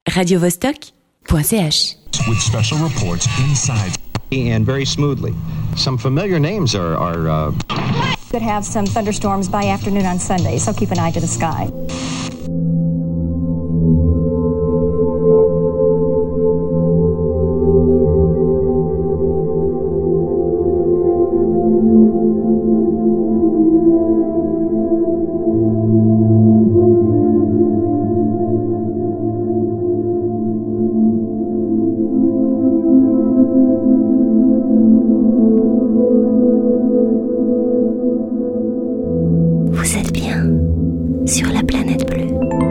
radiovostok.ch. With special reports inside and very smoothly. Some familiar names are Could have some thunderstorms by afternoon on Sunday, so keep an eye to the sky. Vous êtes bien sur la planète bleue.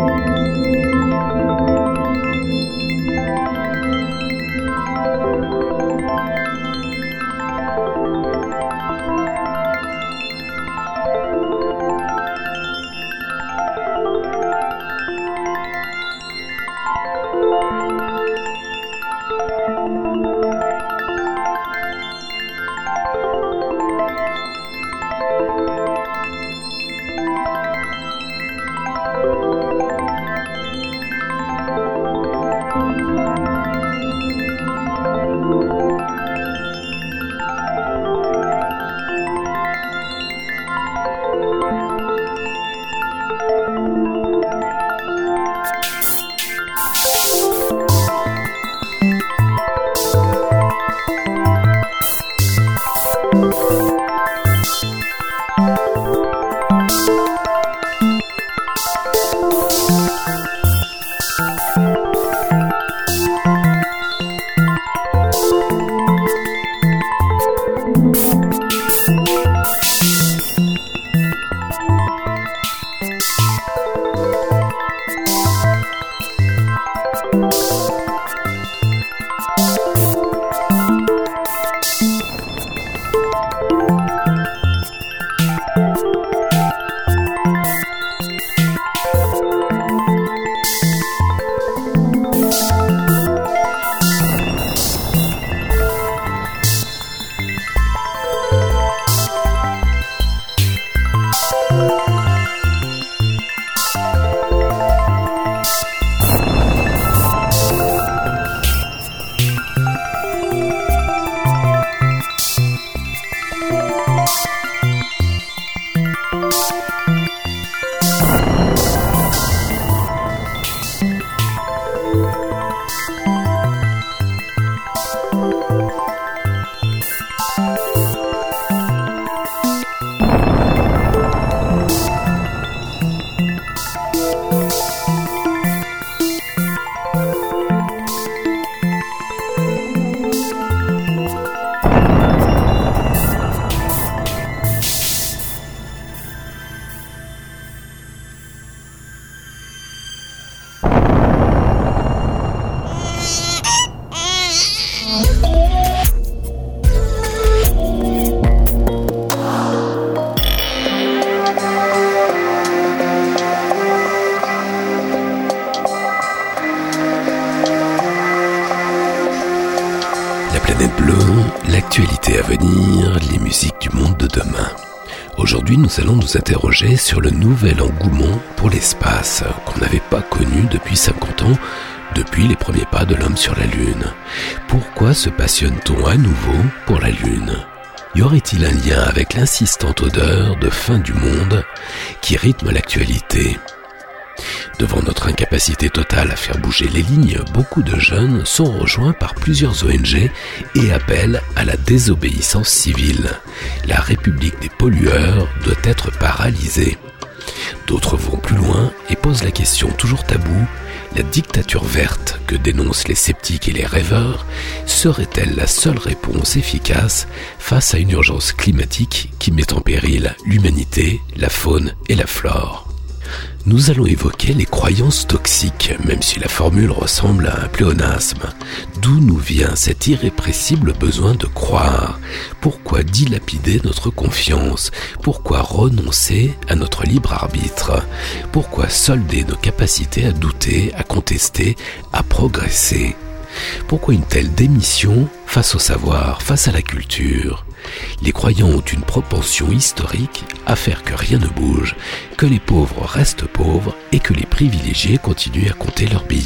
L'actualité à venir, les musiques du monde de demain. Aujourd'hui, nous allons nous interroger sur le nouvel engouement pour l'espace qu'on n'avait pas connu depuis 50 ans, depuis les premiers pas de l'homme sur la Lune. Pourquoi se passionne-t-on à nouveau pour la Lune ? Y aurait-il un lien avec l'insistante odeur de fin du monde qui rythme l'actualité ? Devant notre incapacité totale à faire bouger les lignes, beaucoup de jeunes sont rejoints par plusieurs ONG et appellent à la désobéissance civile. La République des pollueurs doit être paralysée. D'autres vont plus loin et posent la question toujours taboue, la dictature verte que dénoncent les sceptiques et les rêveurs serait-elle la seule réponse efficace face à une urgence climatique qui met en péril l'humanité, la faune et la flore ? Nous allons évoquer les croyances toxiques, même si la formule ressemble à un pléonasme. D'où nous vient cet irrépressible besoin de croire ? Pourquoi dilapider notre confiance ? Pourquoi renoncer à notre libre arbitre ? Pourquoi solder nos capacités à douter, à contester, à progresser ? Pourquoi une telle démission face au savoir, face à la culture ? Les croyants ont une propension historique à faire que rien ne bouge, que les pauvres restent pauvres et que les privilégiés continuent à compter leurs billets.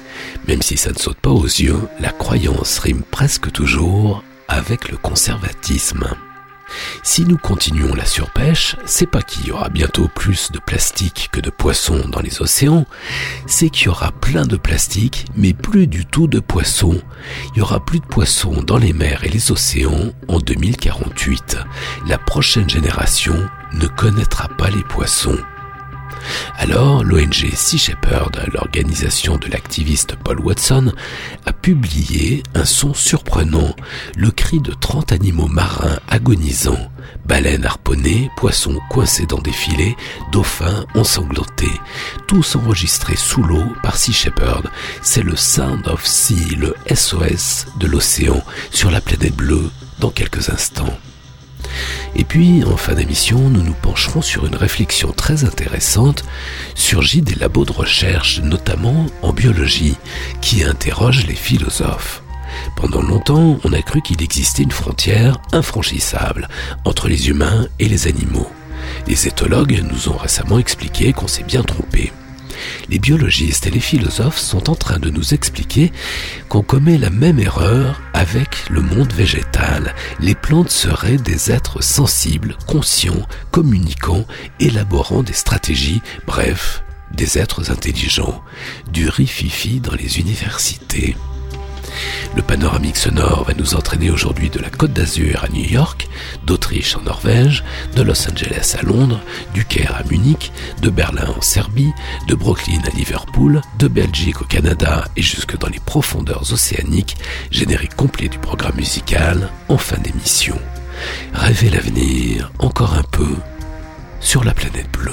Même si ça ne saute pas aux yeux, la croyance rime presque toujours avec le conservatisme. Si nous continuons la surpêche, c'est pas qu'il y aura bientôt plus de plastique que de poissons dans les océans, c'est qu'il y aura plein de plastique, mais plus du tout de poissons. Il y aura plus de poissons dans les mers et les océans en 2048. La prochaine génération ne connaîtra pas les poissons. Alors, l'ONG Sea Shepherd, l'organisation de l'activiste Paul Watson, a publié un son surprenant, le cri de 30 animaux marins agonisants, baleines harponnées, poissons coincés dans des filets, dauphins ensanglantés, tous enregistrés sous l'eau par Sea Shepherd. C'est le Sound of Sea, le SOS de l'océan, sur la planète bleue, dans quelques instants. Et puis, en fin d'émission, nous nous pencherons sur une réflexion très intéressante surgie des labos de recherche, notamment en biologie, qui interroge les philosophes. Pendant longtemps, on a cru qu'il existait une frontière infranchissable entre les humains et les animaux. Les éthologues nous ont récemment expliqué qu'on s'est bien trompé. Les biologistes et les philosophes sont en train de nous expliquer qu'on commet la même erreur avec le monde végétal. Les plantes seraient des êtres sensibles, conscients, communicants, élaborant des stratégies, bref, des êtres intelligents. Du rififi dans les universités. Le panoramique sonore va nous entraîner aujourd'hui de la Côte d'Azur à New York, d'Autriche en Norvège, de Los Angeles à Londres, du Caire à Munich, de Berlin en Serbie, de Brooklyn à Liverpool, de Belgique au Canada et jusque dans les profondeurs océaniques, générique complet du programme musical en fin d'émission. Rêvez l'avenir encore un peu sur la planète bleue.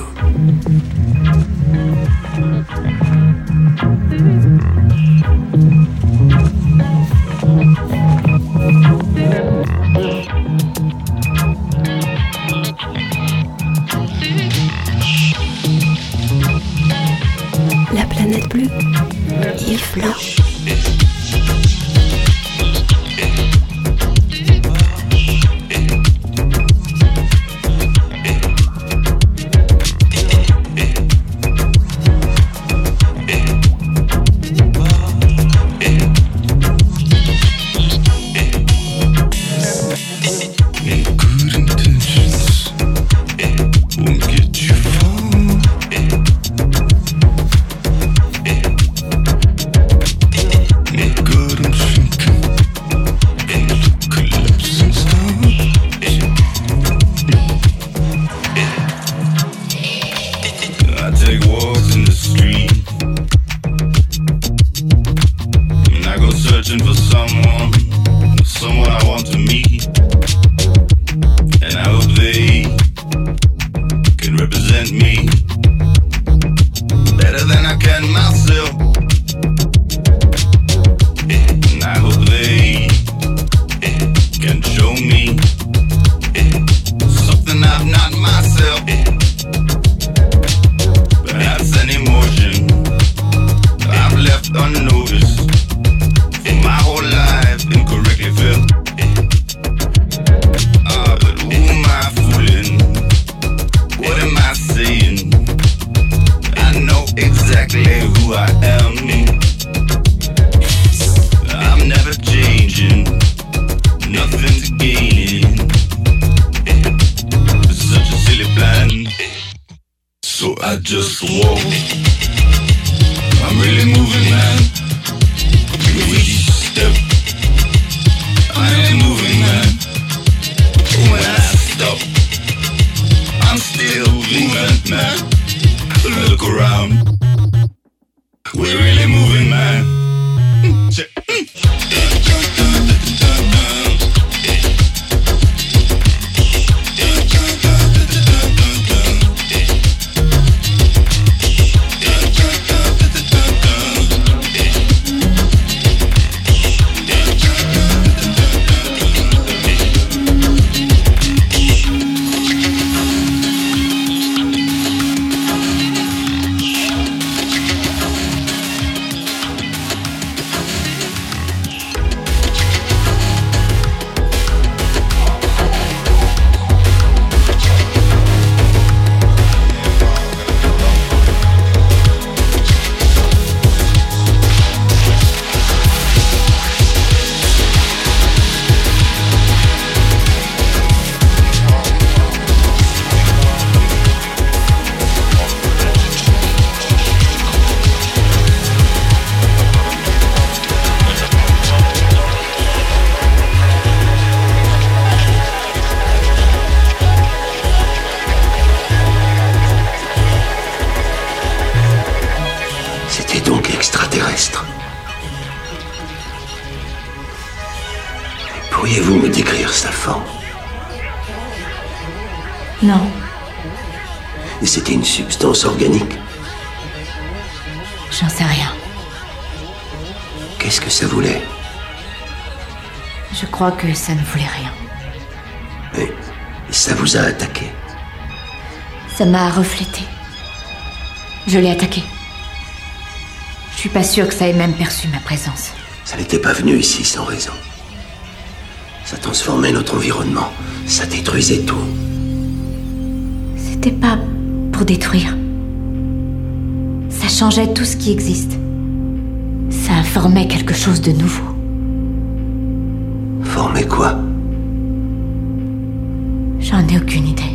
La planète bleue, Yves Blanc. Just walk. I'm really moving, man. With each step, I am moving, man. When I stop, I'm still moving, man. Look around, we're really moving, man. extraterrestre. Pourriez-vous me décrire sa forme? Non. Et c'était une substance organique? J'en sais rien. Qu'est-ce que ça voulait? Je crois que ça ne voulait rien. Et ça vous a attaqué? Ça m'a reflété. Je l'ai attaqué. Je suis pas sûre que ça ait même perçu ma présence. Ça n'était pas venu ici sans raison. Ça transformait notre environnement. Ça détruisait tout. C'était pas pour détruire. Ça changeait tout ce qui existe. Ça formait quelque chose de nouveau. Formait quoi? J'en ai aucune idée.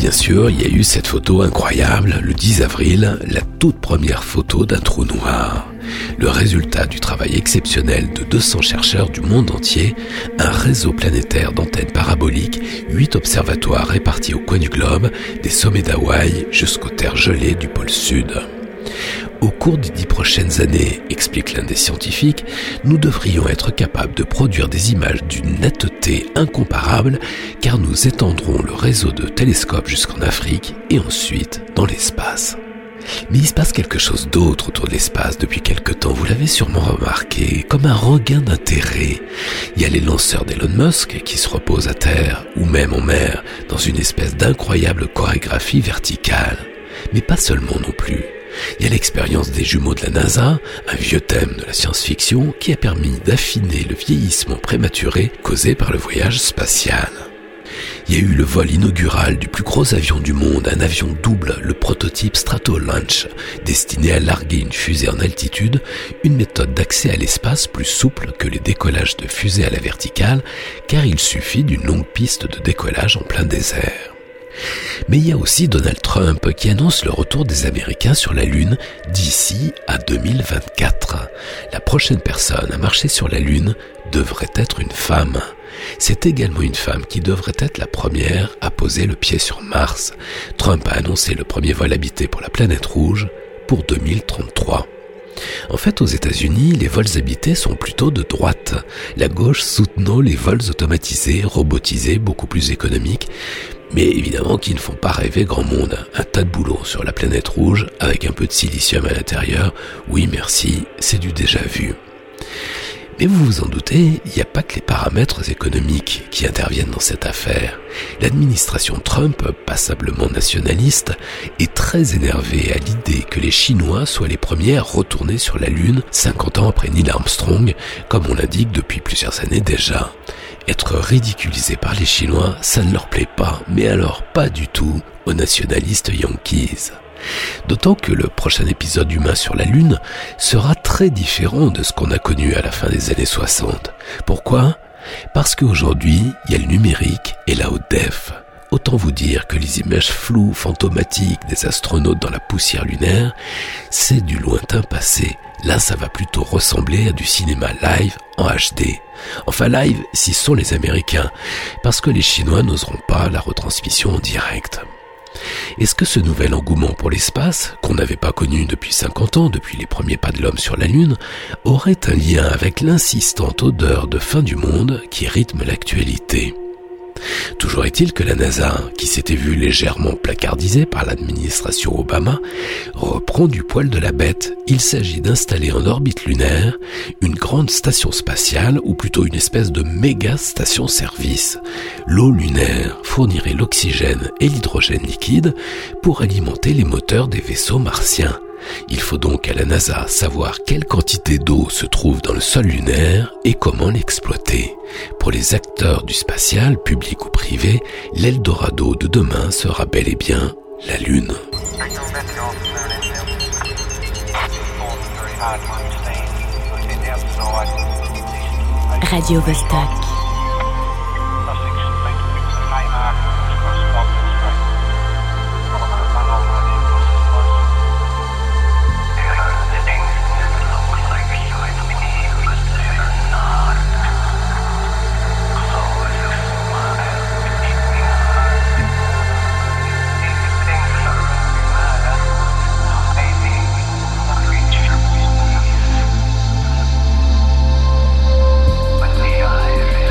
bien sûr, il y a eu cette photo incroyable, le 10 avril, la toute première photo d'un trou noir. Le résultat du travail exceptionnel de 200 chercheurs du monde entier, un réseau planétaire d'antennes paraboliques, 8 observatoires répartis au coin du globe, des sommets d'Hawaï jusqu'aux terres gelées du pôle Sud. Au cours des 10 prochaines années, explique l'un des scientifiques, nous devrions être capables de produire des images d'une netteté incomparable car nous étendrons le réseau de télescopes jusqu'en Afrique et ensuite dans l'espace. Mais il se passe quelque chose d'autre autour de l'espace depuis quelque temps, vous l'avez sûrement remarqué, comme un regain d'intérêt. Il y a les lanceurs d'Elon Musk qui se reposent à terre ou même en mer dans une espèce d'incroyable chorégraphie verticale. Mais pas seulement non plus. Il y a l'expérience des jumeaux de la NASA, un vieux thème de la science-fiction qui a permis d'affiner le vieillissement prématuré causé par le voyage spatial. Il y a eu le vol inaugural du plus gros avion du monde, un avion double, le prototype Stratolaunch, destiné à larguer une fusée en altitude, une méthode d'accès à l'espace plus souple que les décollages de fusées à la verticale, car il suffit d'une longue piste de décollage en plein désert. Mais il y a aussi Donald Trump qui annonce le retour des Américains sur la Lune d'ici à 2024. La prochaine personne à marcher sur la Lune devrait être une femme. C'est également une femme qui devrait être la première à poser le pied sur Mars. Trump a annoncé le premier vol habité pour la planète rouge pour 2033. En fait, aux États-Unis, les vols habités sont plutôt de droite, la gauche soutenant les vols automatisés, robotisés, beaucoup plus économiques, mais évidemment qui ne font pas rêver grand monde. Un tas de boulot sur la planète rouge, avec un peu de silicium à l'intérieur, oui merci, c'est du déjà vu. Mais vous vous en doutez, il n'y a pas que les paramètres économiques qui interviennent dans cette affaire. L'administration Trump, passablement nationaliste, est très énervée à l'idée que les Chinois soient les premiers à retourner sur la Lune 50 ans après Neil Armstrong, comme on l'indique depuis plusieurs années déjà. Être ridiculisé par les Chinois, ça ne leur plaît pas, mais alors pas du tout aux nationalistes yankees. D'autant que le prochain épisode humain sur la Lune sera très différent de ce qu'on a connu à la fin des années 60. Pourquoi ? Parce qu'aujourd'hui, il y a le numérique et la haute def. Autant vous dire que les images floues, fantomatiques des astronautes dans la poussière lunaire, c'est du lointain passé. Là, ça va plutôt ressembler à du cinéma live en HD. Enfin live, si ce sont les Américains, parce que les Chinois n'oseront pas la retransmission en direct. Est-ce que ce nouvel engouement pour l'espace, qu'on n'avait pas connu depuis 50 ans, depuis les premiers pas de l'homme sur la Lune, aurait un lien avec l'insistante odeur de fin du monde qui rythme l'actualité ? Toujours est-il que la NASA, qui s'était vue légèrement placardisée par l'administration Obama, reprend du poil de la bête. Il s'agit d'installer en orbite lunaire une grande station spatiale, ou plutôt une espèce de méga station-service. L'eau lunaire fournirait l'oxygène et l'hydrogène liquide pour alimenter les moteurs des vaisseaux martiens. Il faut donc à la NASA savoir quelle quantité d'eau se trouve dans le sol lunaire et comment l'exploiter. Pour les acteurs du spatial, public ou privé, l'Eldorado de demain sera bel et bien la Lune. Radio Vostok. When we are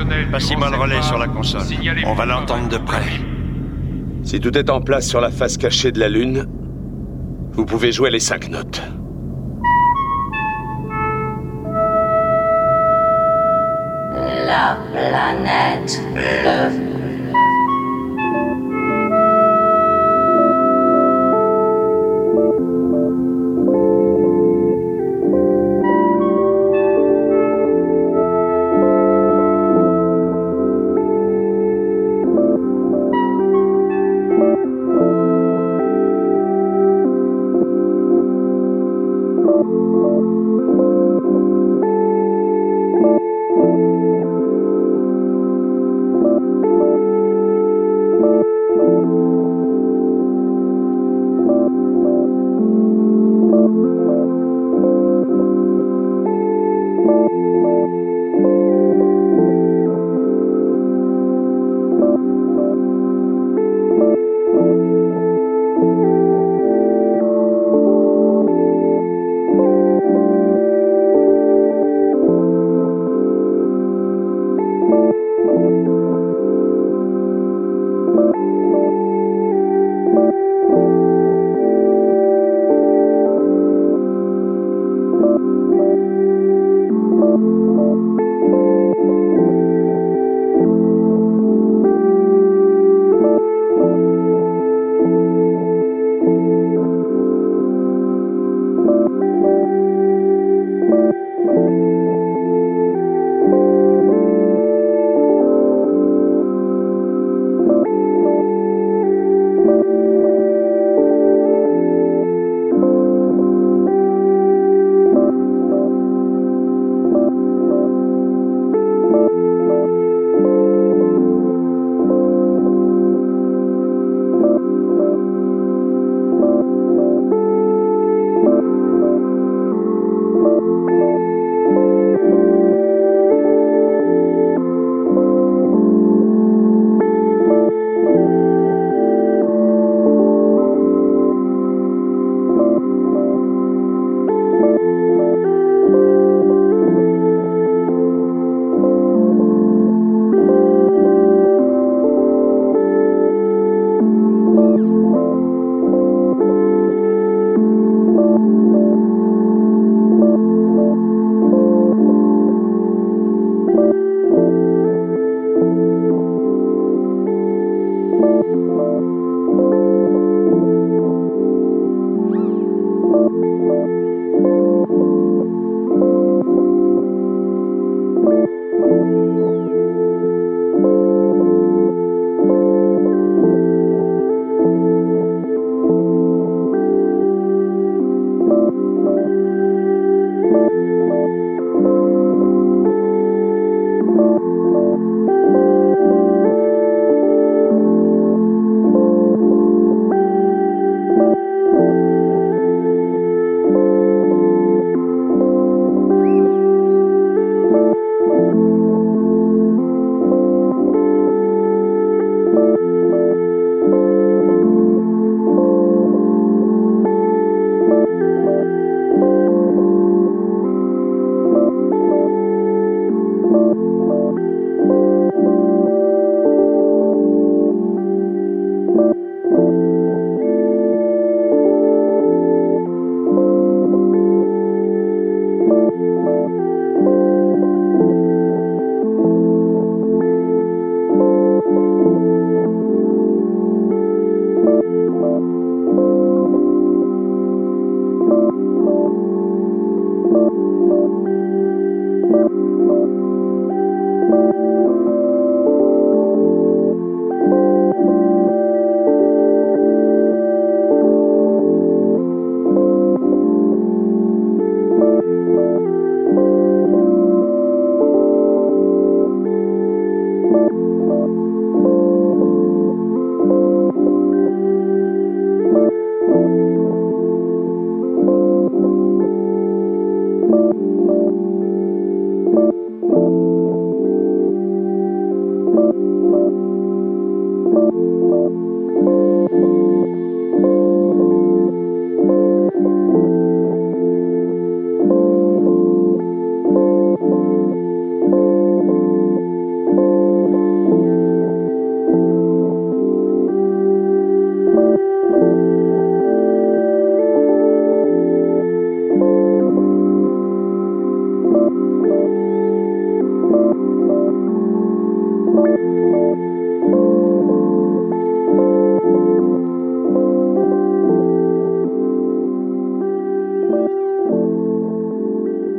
Passez-moi le relais sur la console. On va l'entendre de près. Si tout est en place sur la face cachée de la Lune, vous pouvez jouer les 5 notes. La planète bleue.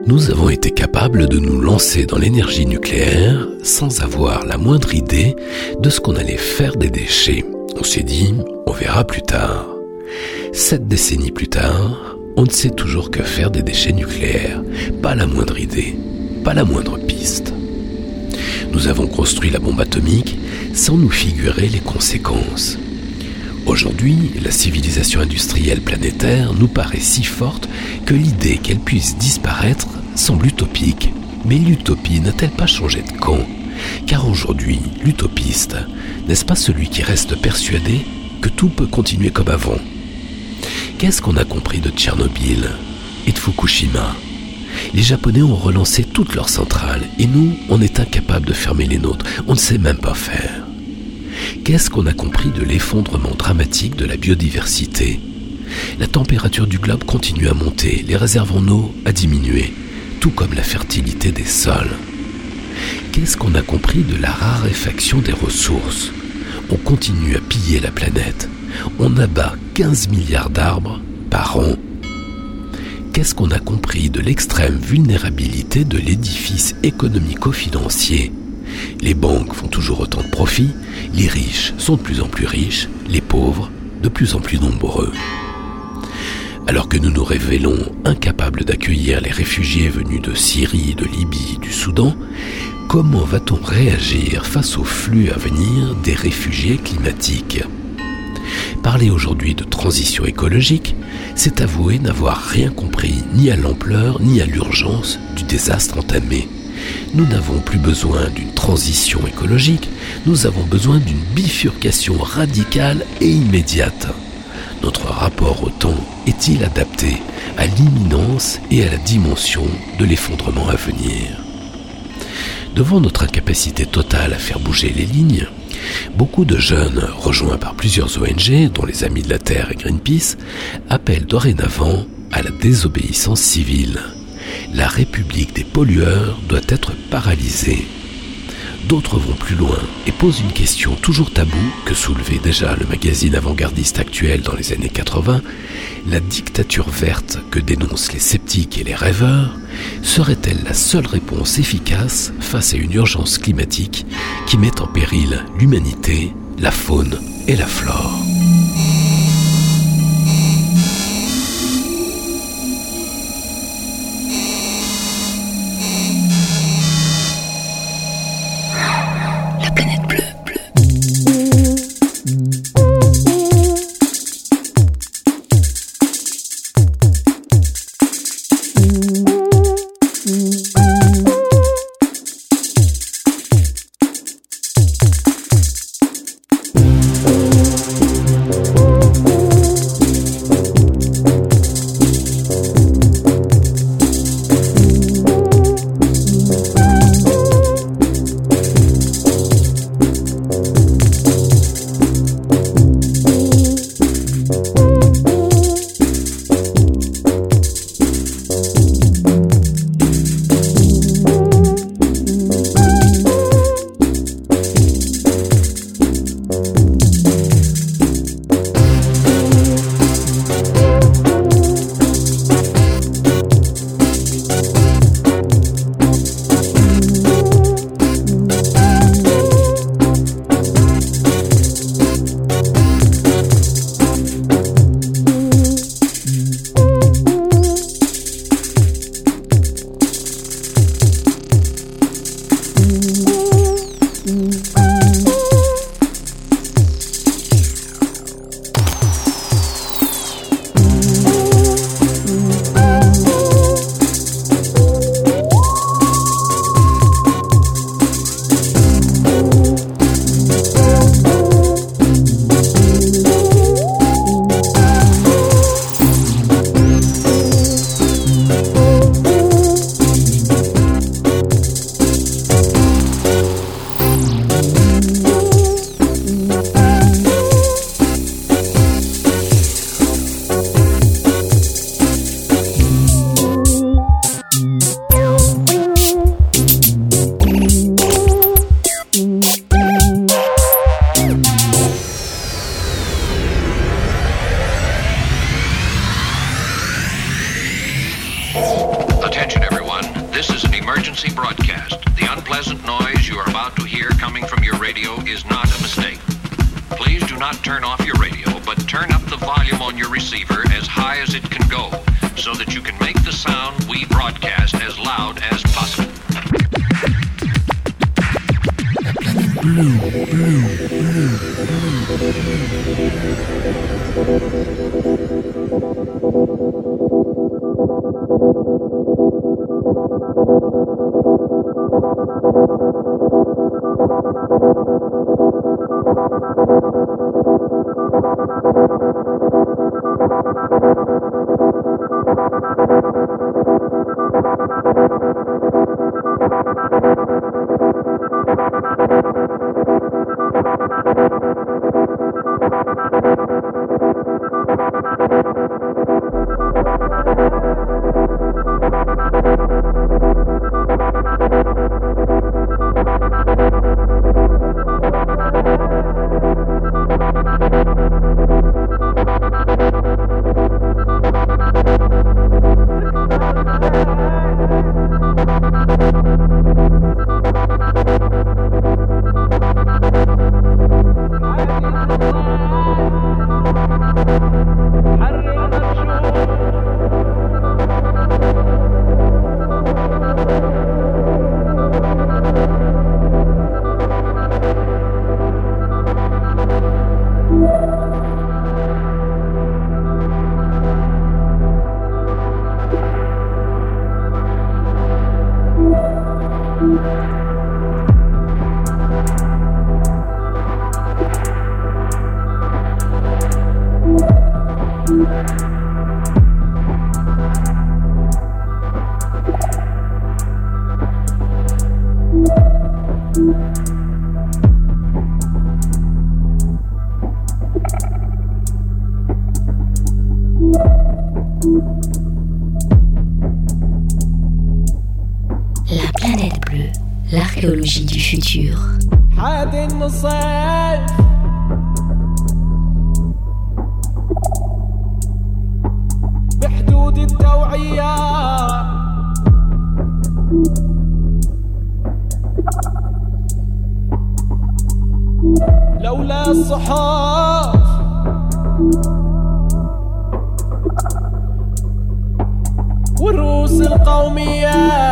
Nous avons été capables de nous lancer dans l'énergie nucléaire sans avoir la moindre idée de ce qu'on allait faire des déchets. On s'est dit, on verra plus tard. 7 décennies plus tard, on ne sait toujours que faire des déchets nucléaires. Pas la moindre idée, pas la moindre piste. Nous avons construit la bombe atomique sans nous figurer les conséquences. Aujourd'hui, la civilisation industrielle planétaire nous paraît si forte que l'idée qu'elle puisse disparaître semble utopique. Mais l'utopie n'a-t-elle pas changé de camp ? Car aujourd'hui, l'utopiste, n'est-ce pas celui qui reste persuadé que tout peut continuer comme avant ? Qu'est-ce qu'on a compris de Tchernobyl et de Fukushima ? Les Japonais ont relancé toutes leurs centrales et nous, on est incapables de fermer les nôtres. On ne sait même pas faire. Qu'est-ce qu'on a compris de l'effondrement dramatique de la biodiversité ? La température du globe continue à monter, les réserves en eau à diminuer, tout comme la fertilité des sols. Qu'est-ce qu'on a compris de la raréfaction des ressources ? On continue à piller la planète. On abat 15 milliards d'arbres par an. Qu'est-ce qu'on a compris de l'extrême vulnérabilité de l'édifice économico-financier ? Les banques font toujours autant de profits, les riches sont de plus en plus riches, les pauvres de plus en plus nombreux. Alors que nous nous révélons incapables d'accueillir les réfugiés venus de Syrie, de Libye, du Soudan, comment va-t-on réagir face au flux à venir des réfugiés climatiques ? Parler aujourd'hui de transition écologique, c'est avouer n'avoir rien compris ni à l'ampleur ni à l'urgence du désastre entamé. Nous n'avons plus besoin d'une transition écologique, nous avons besoin d'une bifurcation radicale et immédiate. Notre rapport au temps est-il adapté à l'imminence et à la dimension de l'effondrement à venir ? Devant notre incapacité totale à faire bouger les lignes, beaucoup de jeunes, rejoints par plusieurs ONG, dont les Amis de la Terre et Greenpeace, appellent dorénavant à la désobéissance civile. La République des pollueurs doit être paralysée. D'autres vont plus loin et posent une question toujours taboue que soulevait déjà le magazine avant-gardiste Actuel dans les années 80. La dictature verte que dénoncent les sceptiques et les rêveurs serait-elle la seule réponse efficace face à une urgence climatique qui met en péril l'humanité, la faune et la flore ? not turn off your radio, but turn up the volume on your receiver as high as it can go, so that you can make the sound we broadcast as loud as possible. La planète bleue. La planète bleue, l'archéologie du futur. بحدود التوعية لولا الصحاف والرؤوس القومية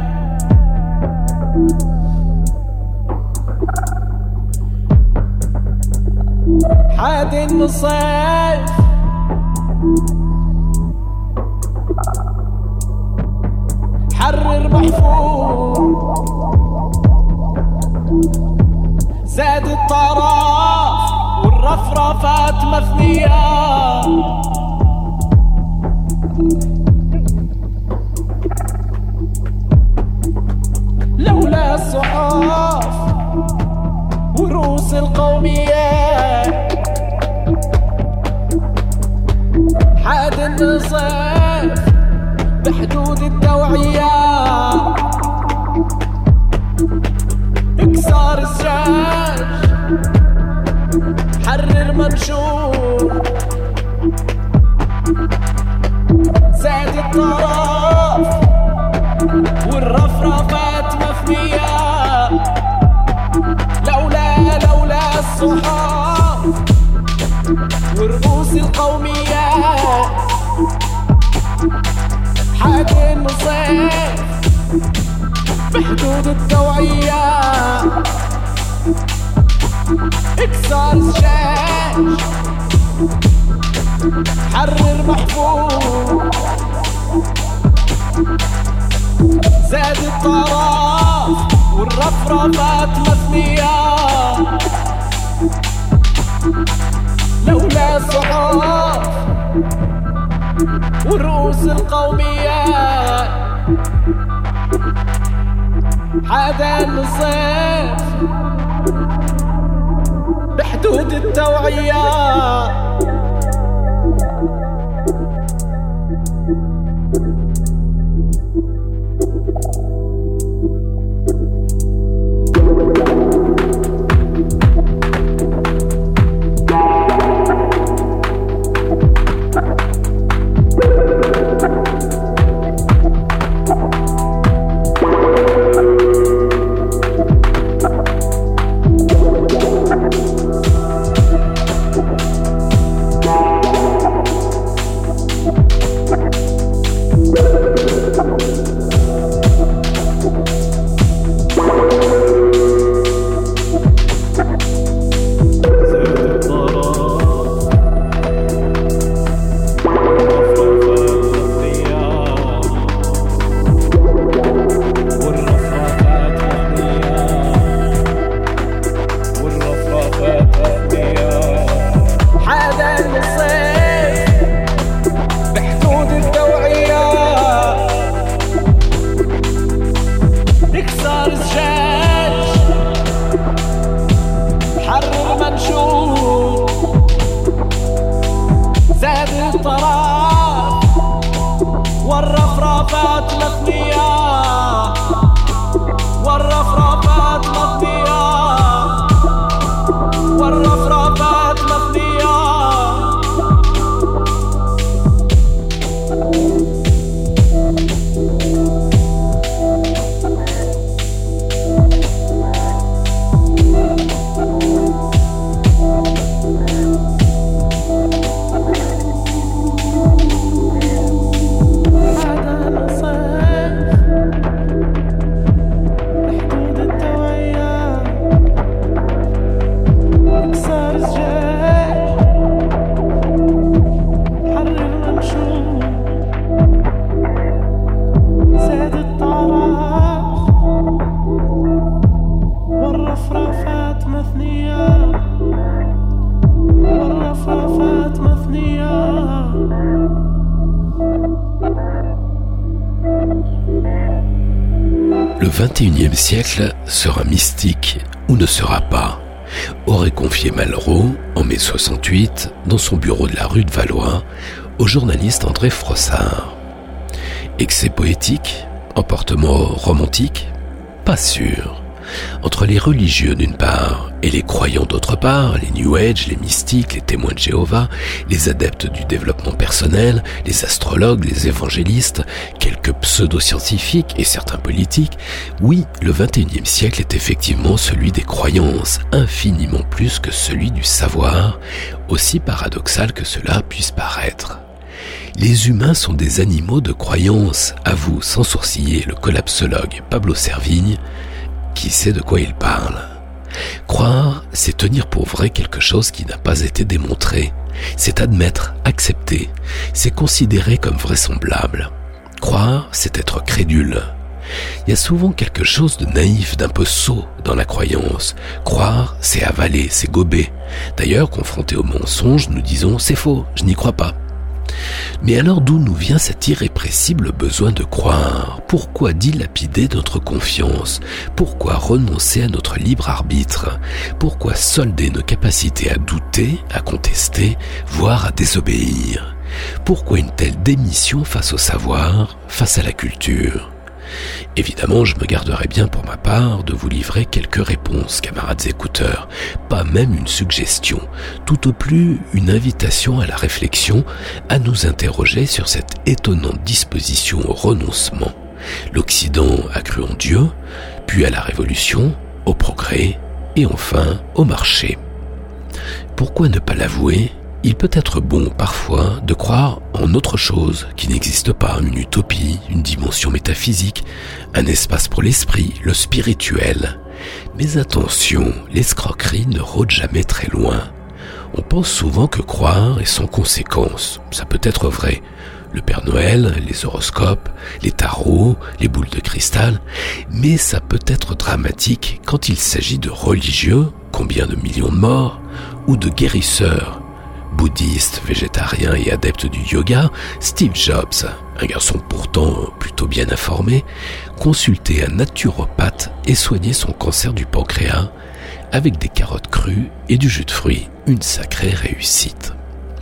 حاد النصيف حرر محفوظ زاد الطراف والرفرفات مثنية لولا الصحاف ورؤوس القومية حاد النصيف بحدود التوعية اكسار الساج حرر منشور زاد الطراف والرفرفات مفنية لولا الصحاف والرؤوس القومية حاد النصيف بحدود التوعية اكسار الشاش حرر محفوظ زاد الطراف والرفرفات مثنية لولا الصحاف والرؤوس القومية حاد النصيف بحدود التوعية مخففات مثنية. Le 21e siècle sera mystique ou ne sera pas, aurait confié Malraux en mai 68 dans son bureau de la rue de Valois au journaliste André Frossard. Excès poétique, emportement romantique, pas sûr. Entre les religieux d'une part et les croyants d'autre part, les New Age, les mystiques, les témoins de Jéhovah, les adeptes du développement personnel, les astrologues, les évangélistes, quelques pseudo-scientifiques et certains politiques, oui, le 21e siècle est effectivement celui des croyances, infiniment plus que celui du savoir, aussi paradoxal que cela puisse paraître. Les humains sont des animaux de croyance, avoue sans sourciller le collapsologue Pablo Servigne, qui sait de quoi il parle. Croire, c'est tenir pour vrai quelque chose qui n'a pas été démontré. C'est admettre, accepter. C'est considérer comme vraisemblable. Croire, c'est être crédule. Il y a souvent quelque chose de naïf, d'un peu sot dans la croyance. Croire, c'est avaler, c'est gober. D'ailleurs, confrontés au mensonge, nous disons « c'est faux, je n'y crois pas ». Mais alors d'où nous vient cet irrépressible besoin de croire? Pourquoi dilapider notre confiance? Pourquoi renoncer à notre libre arbitre? Pourquoi solder nos capacités à douter, à contester, voire à désobéir? Pourquoi une telle démission face au savoir, face à la culture? Évidemment, je me garderai bien pour ma part de vous livrer quelques réponses, camarades écouteurs, pas même une suggestion, tout au plus une invitation à la réflexion, à nous interroger sur cette étonnante disposition au renoncement. L'Occident a cru en Dieu, puis à la Révolution, au progrès et enfin au marché. Pourquoi ne pas l'avouer ? Il peut être bon parfois de croire en autre chose qui n'existe pas, une utopie, une dimension métaphysique, un espace pour l'esprit, le spirituel. Mais attention, l'escroquerie ne rôde jamais très loin. On pense souvent que croire est sans conséquence. Ça peut être vrai. Le Père Noël, les horoscopes, les tarots, les boules de cristal, mais ça peut être dramatique quand il s'agit de religieux, combien de millions de morts, ou de guérisseurs, bouddhiste, végétarien et adepte du yoga, Steve Jobs, un garçon pourtant plutôt bien informé, consultait un naturopathe et soignait son cancer du pancréas avec des carottes crues et du jus de fruits, une sacrée réussite.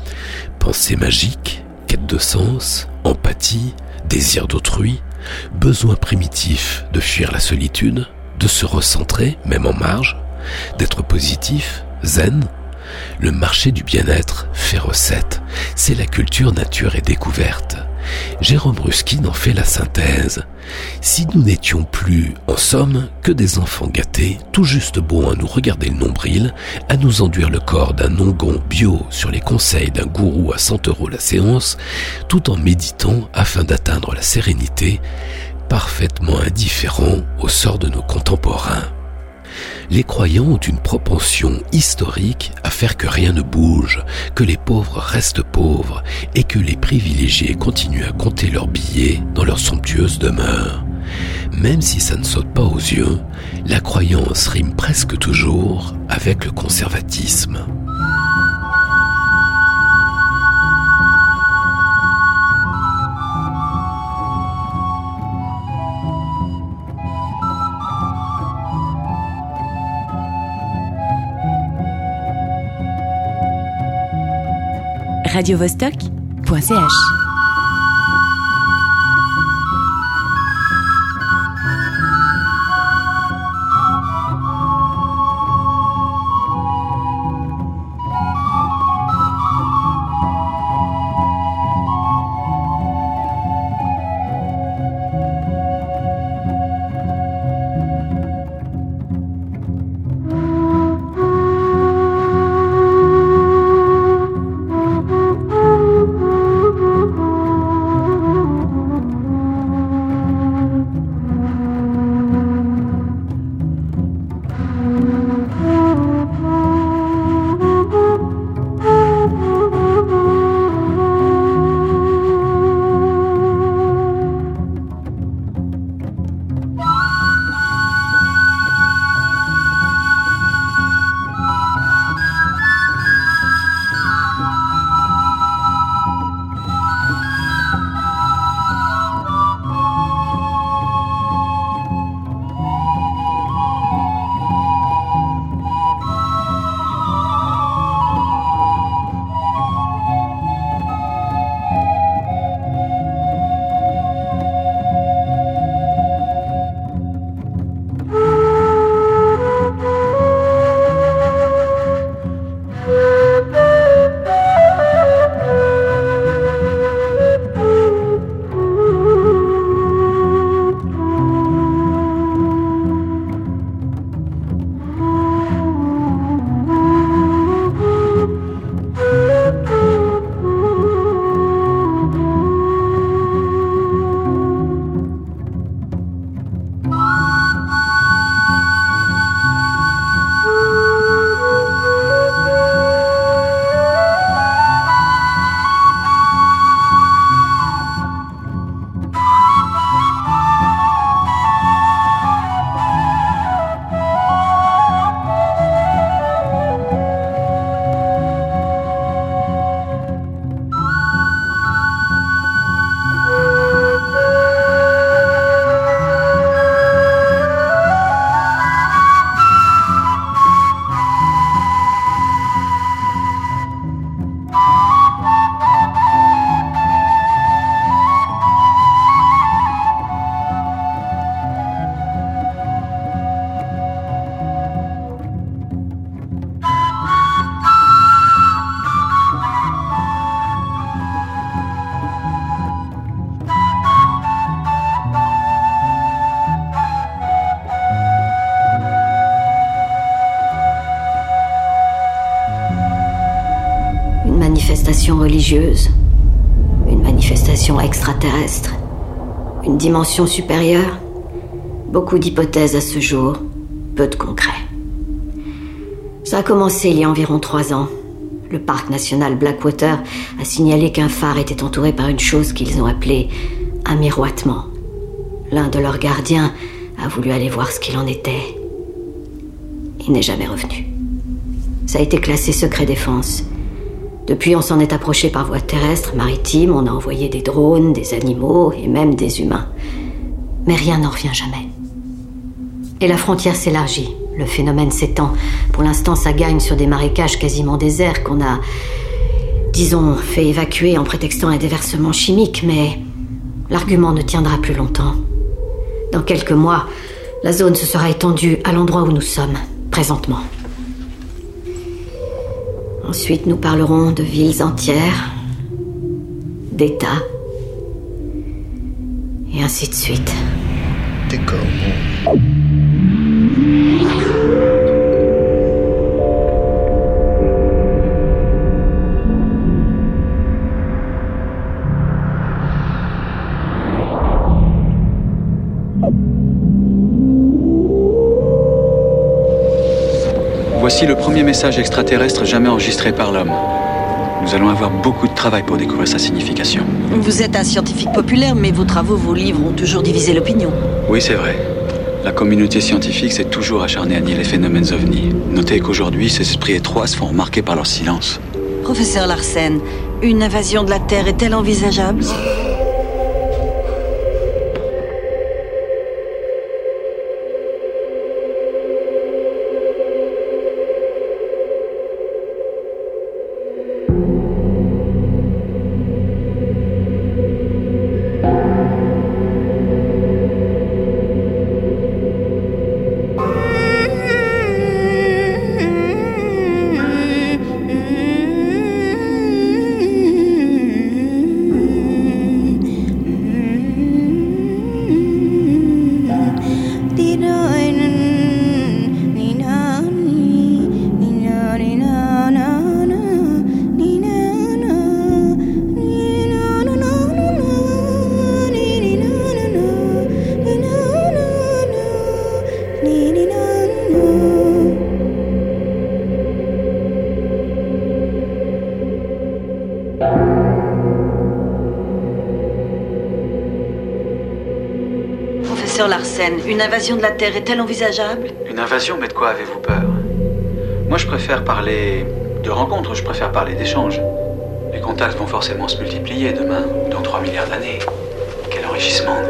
Pensée magique, quête de sens, empathie, désir d'autrui, besoin primitif de fuir la solitude, de se recentrer, même en marge, d'être positif, zen. Le marché du bien-être fait recette, c'est la culture nature et découverte. Jérôme Ruskin en fait la synthèse. Si nous n'étions plus, en somme, que des enfants gâtés, tout juste bons à nous regarder le nombril, à nous enduire le corps d'un onguent bio sur les conseils d'un gourou à 100 € la séance, tout en méditant afin d'atteindre la sérénité, parfaitement indifférents au sort de nos contemporains. Les croyants ont une propension historique à faire que rien ne bouge, que les pauvres restent pauvres et que les privilégiés continuent à compter leurs billets dans leur somptueuse demeure. Même si ça ne saute pas aux yeux, la croyance rime presque toujours avec le conservatisme. radiovostok.ch manifestation religieuse, une manifestation extraterrestre, une dimension supérieure. Beaucoup d'hypothèses à ce jour, peu de concret. Ça a commencé il y a environ 3 ans. Le parc national Blackwater a signalé qu'un phare était entouré par une chose qu'ils ont appelée un miroitement. L'un de leurs gardiens a voulu aller voir ce qu'il en était. Il n'est jamais revenu. Ça a été classé secret défense. Depuis, on s'en est approché par voie terrestre, maritime, on a envoyé des drones, des animaux et même des humains. Mais rien n'en revient jamais. Et la frontière s'élargit, le phénomène s'étend. Pour l'instant, ça gagne sur des marécages quasiment déserts qu'on a, disons, fait évacuer en prétextant un déversement chimique, mais l'argument ne tiendra plus longtemps. Dans quelques mois, la zone se sera étendue à l'endroit où nous sommes, présentement. Ensuite, nous parlerons de villes entières, d'États, et ainsi de suite. T'es comme... Voici le premier message extraterrestre jamais enregistré par l'homme. Nous allons avoir beaucoup de travail pour découvrir sa signification. Vous êtes un scientifique populaire, mais vos travaux, vos livres ont toujours divisé l'opinion. Oui, c'est vrai. La communauté scientifique s'est toujours acharnée à nier les phénomènes ovnis. Notez qu'aujourd'hui, ces esprits étroits se font remarquer par leur silence. Professeur Larsen, une invasion de la Terre est-elle envisageable ? Professeur Larsen, une invasion de la Terre est-elle envisageable ? Une invasion, mais de quoi avez-vous peur ? Moi, je préfère parler de rencontres, je préfère parler d'échanges. Les contacts vont forcément se multiplier demain, dans 3 milliards d'années. Quel enrichissement, non ?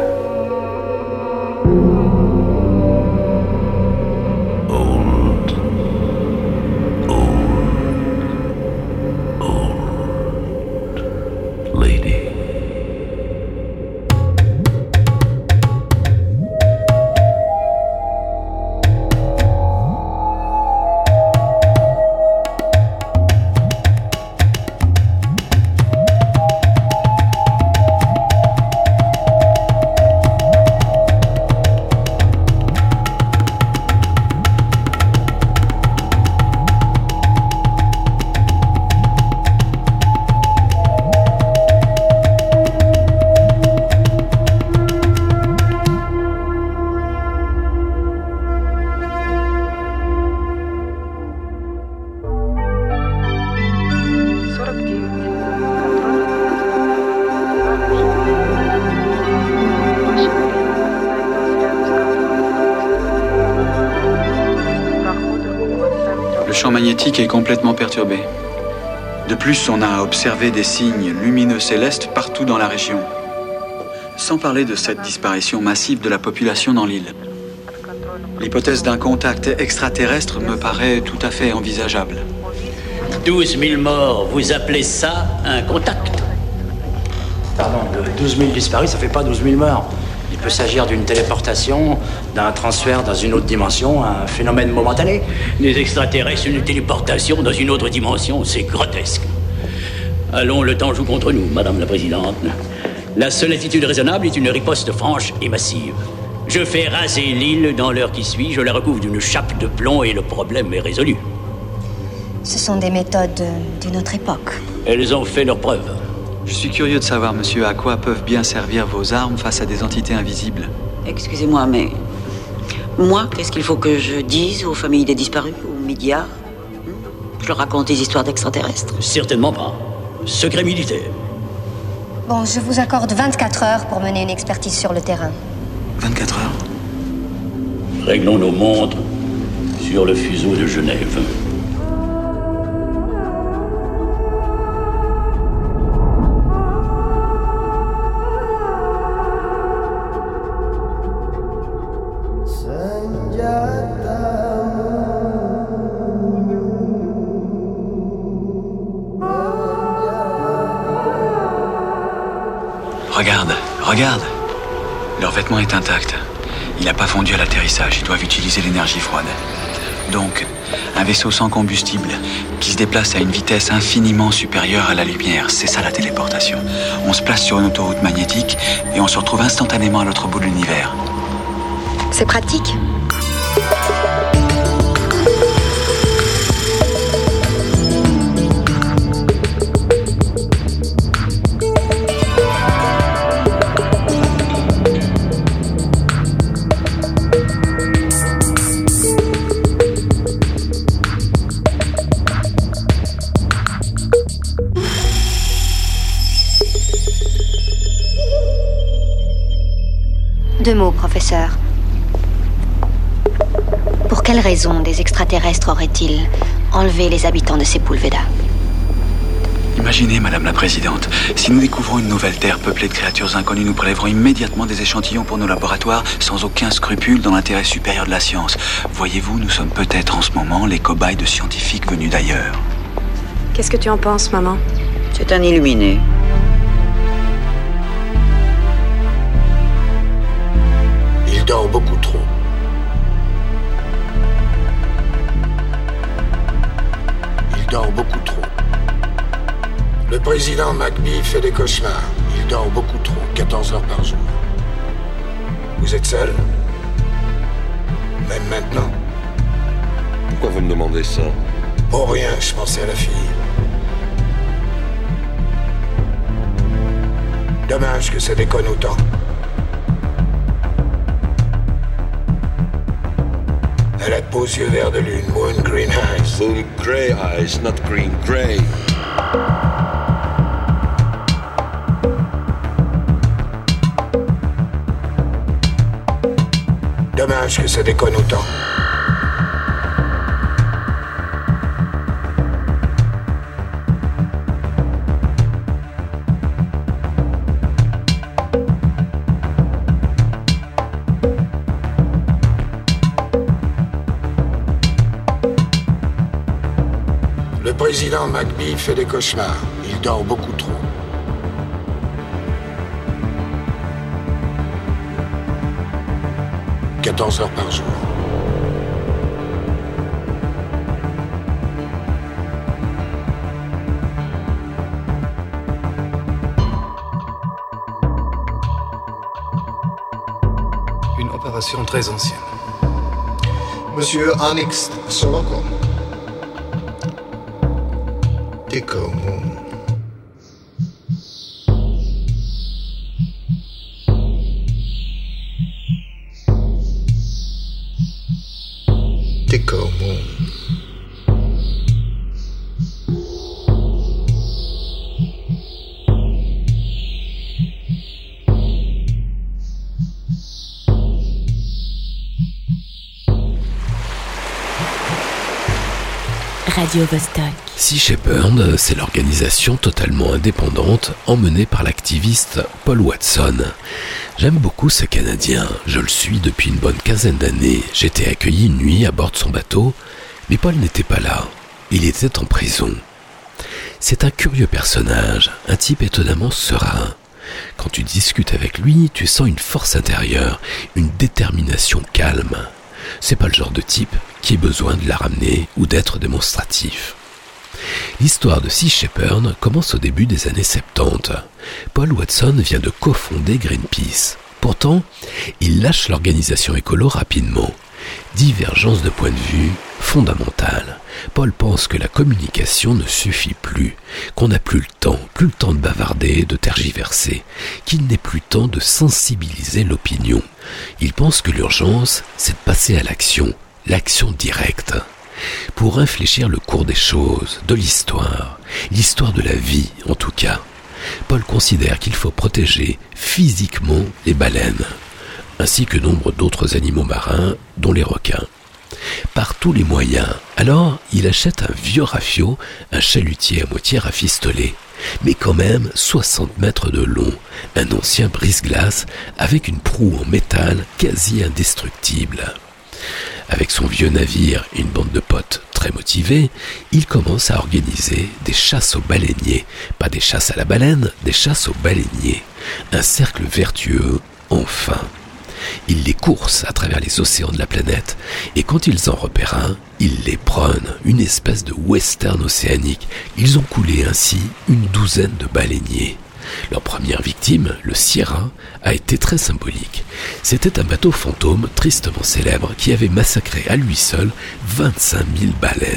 Le champ magnétique est complètement perturbé. De plus, on a observé des signes lumineux célestes partout dans la région. Sans parler de cette disparition massive de la population dans l'île. L'hypothèse d'un contact extraterrestre me paraît tout à fait envisageable. 12 000 morts, vous appelez ça un contact ? Pardon, 12 000 disparus, ça fait pas 12 000 morts. Il peut s'agir d'une téléportation, d'un transfert dans une autre dimension, un phénomène momentané. Des extraterrestres, une téléportation dans une autre dimension, c'est grotesque. Allons, le temps joue contre nous, Madame la Présidente. La seule attitude raisonnable est une riposte franche et massive. Je fais raser l'île dans l'heure qui suit, je la recouvre d'une chape de plomb et le problème est résolu. Ce sont des méthodes d'une autre époque. Elles ont fait leurs preuves. Je suis curieux de savoir, monsieur, à quoi peuvent bien servir vos armes face à des entités invisibles. Excusez-moi, mais... Moi, qu'est-ce qu'il faut que je dise aux familles des disparus, aux médias? Je leur raconte des histoires d'extraterrestres? Certainement pas. Secret militaire. Bon, je vous accorde 24 heures pour mener une expertise sur le terrain. 24 heures? Réglons nos montres sur le fuseau de Genève. Regarde. Leur vêtement est intact. Il n'a pas fondu à l'atterrissage. Ils doivent utiliser l'énergie froide. Donc, un vaisseau sans combustible qui se déplace à une vitesse infiniment supérieure à la lumière. C'est ça la téléportation. On se place sur une autoroute magnétique et on se retrouve instantanément à l'autre bout de l'univers. C'est pratique. Deux mots, professeur. Pour quelle raison des extraterrestres auraient-ils enlevé les habitants de Sepulveda? Imaginez, Madame la Présidente, si nous découvrons une nouvelle Terre peuplée de créatures inconnues, nous prélèverons immédiatement des échantillons pour nos laboratoires sans aucun scrupule dans l'intérêt supérieur de la science. Voyez-vous, nous sommes peut-être en ce moment les cobayes de scientifiques venus d'ailleurs. Qu'est-ce que tu en penses, maman? C'est un illuminé. Il dort beaucoup trop. Il dort beaucoup trop. Le président McBee fait des cauchemars. Il dort beaucoup trop, 14 heures par jour. Vous êtes seul? Même maintenant? Pourquoi vous me demandez ça? Pour rien, je pensais à la fille. Dommage que ça déconne autant. Elle a de beaux yeux verts de lune, moon green eyes. Moon grey eyes, not green grey. Dommage que ça déconne autant. Le président McBee fait des cauchemars. Il dort beaucoup trop. « 14 heures par jour. Une opération très ancienne. Monsieur Onyx Soloko. Tico Moon. Tico Moon. Radio Vostok. Sea Shepherd, c'est l'organisation totalement indépendante emmenée par l'activiste Paul Watson. J'aime beaucoup ce Canadien, je le suis depuis une bonne quinzaine d'années. J'étais accueilli une nuit à bord de son bateau, mais Paul n'était pas là. Il était en prison. C'est un curieux personnage, un type étonnamment serein. Quand tu discutes avec lui, tu sens une force intérieure, une détermination calme. C'est pas le genre de type qui ait besoin de la ramener ou d'être démonstratif. L'histoire de Sea Shepherd commence au début des années 70. Paul Watson vient de cofonder Greenpeace. Pourtant, il lâche l'organisation écolo rapidement. Divergence de point de vue fondamentale. Paul pense que la communication ne suffit plus, qu'on n'a plus le temps de bavarder, de tergiverser, qu'il n'est plus temps de sensibiliser l'opinion. Il pense que l'urgence, c'est de passer à l'action directe, pour infléchir le cours des choses, de l'histoire de la vie en tout cas. Paul considère qu'il faut protéger physiquement les baleines, ainsi que nombre d'autres animaux marins, dont les requins, par tous les moyens. Alors, il achète un vieux rafio, un chalutier à moitié rafistolé, mais quand même 60 mètres de long, un ancien brise-glace avec une proue en métal quasi indestructible. Avec son vieux navire et une bande de potes très motivés, il commence à organiser des chasses aux baleiniers. Pas des chasses à la baleine, des chasses aux baleiniers. Un cercle vertueux, enfin. Il les course à travers les océans de la planète, et quand ils en repèrent un, ils les prônent, une espèce de western océanique. Ils ont coulé ainsi une douzaine de baleiniers. Leur première victime, le Sierra, a été très symbolique. C'était un bateau fantôme tristement célèbre qui avait massacré à lui seul 25 000 baleines.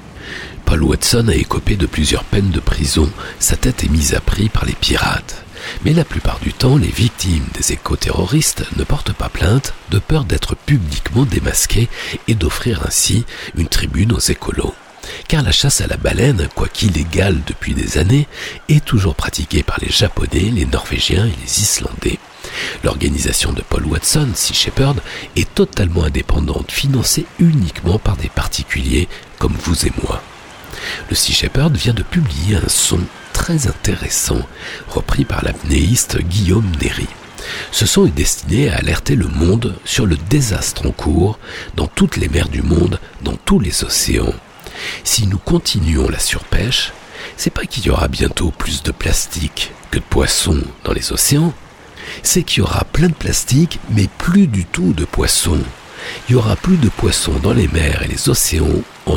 Paul Watson a écopé de plusieurs peines de prison, sa tête est mise à prix par les pirates. Mais la plupart du temps, les victimes des éco-terroristes ne portent pas plainte de peur d'être publiquement démasquées et d'offrir ainsi une tribune aux écolos. Car la chasse à la baleine, quoique illégale depuis des années, est toujours pratiquée par les Japonais, les Norvégiens et les Islandais. L'organisation de Paul Watson, Sea Shepherd, est totalement indépendante, financée uniquement par des particuliers comme vous et moi. Le Sea Shepherd vient de publier un son très intéressant, repris par l'apnéiste Guillaume Néry. Ce son est destiné à alerter le monde sur le désastre en cours dans toutes les mers du monde, dans tous les océans. Si nous continuons la surpêche, c'est pas qu'il y aura bientôt plus de plastique que de poissons dans les océans, c'est qu'il y aura plein de plastique, mais plus du tout de poissons. Il y aura plus de poissons dans les mers et les océans en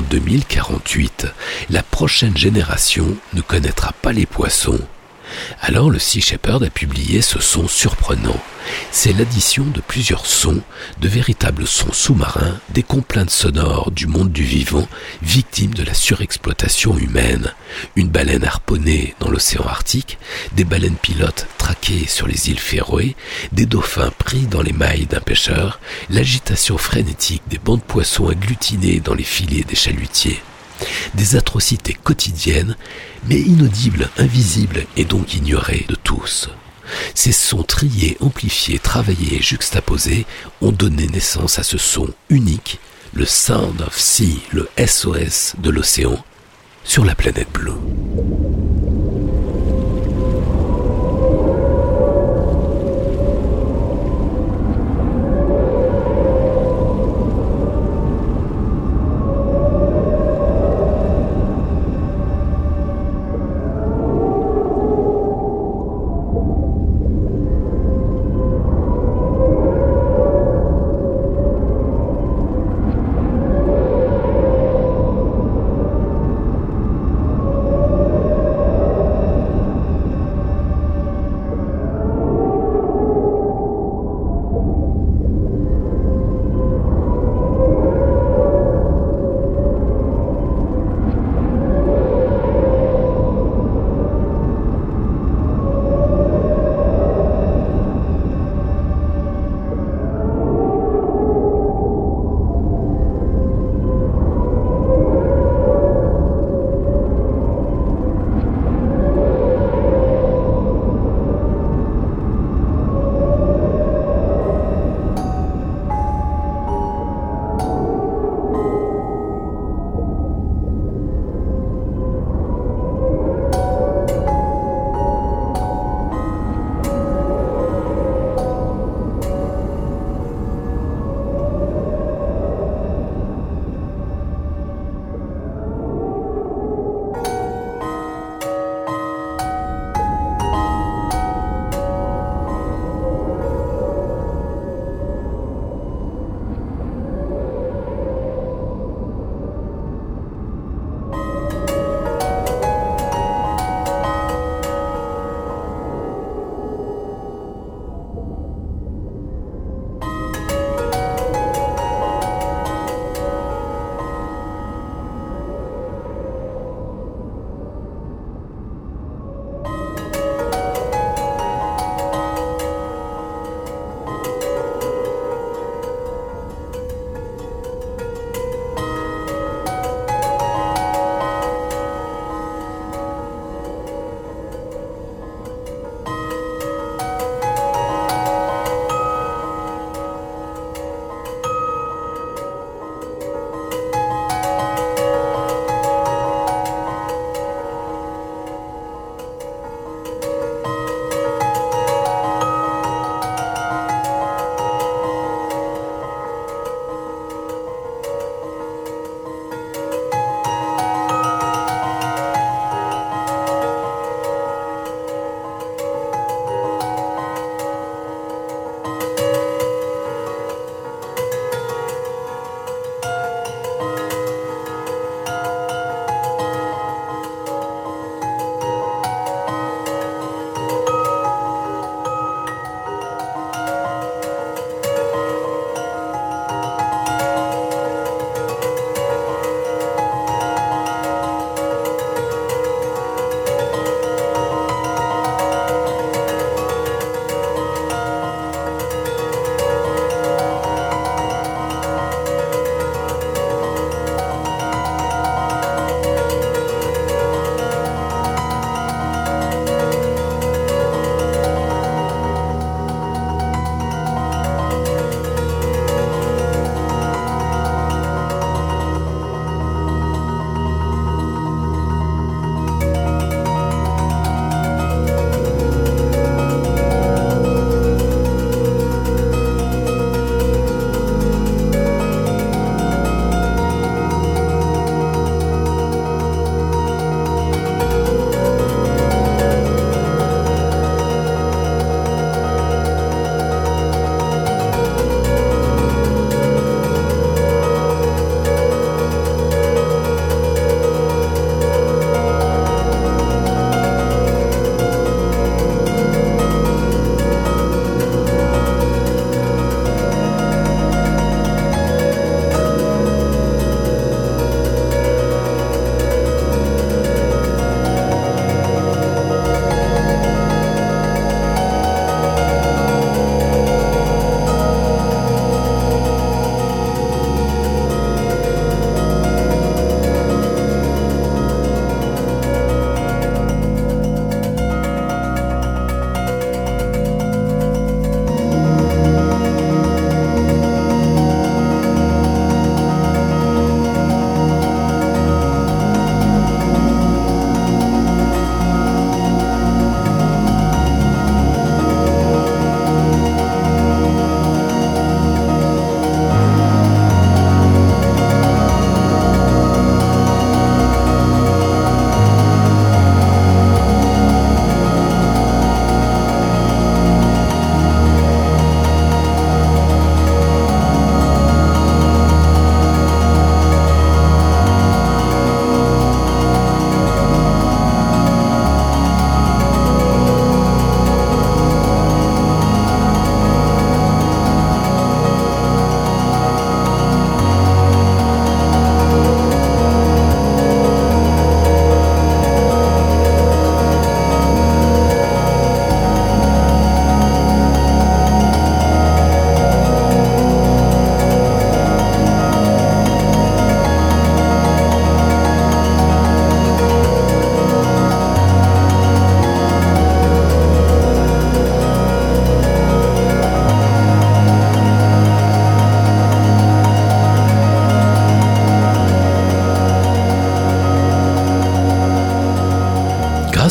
2048. La prochaine génération ne connaîtra pas les poissons. Alors le Sea Shepherd a publié ce son surprenant. C'est l'addition de plusieurs sons, de véritables sons sous-marins, des complaintes sonores du monde du vivant, victimes de la surexploitation humaine. Une baleine harponnée dans l'océan Arctique, des baleines pilotes traquées sur les îles Féroé, des dauphins pris dans les mailles d'un pêcheur, l'agitation frénétique des bancs de poissons agglutinés dans les filets des chalutiers. Des atrocités quotidiennes, mais inaudibles, invisibles et donc ignorées de tous. Ces sons triés, amplifiés, travaillés et juxtaposés ont donné naissance à ce son unique, le Sound of Sea, le SOS de l'océan, sur la planète bleue.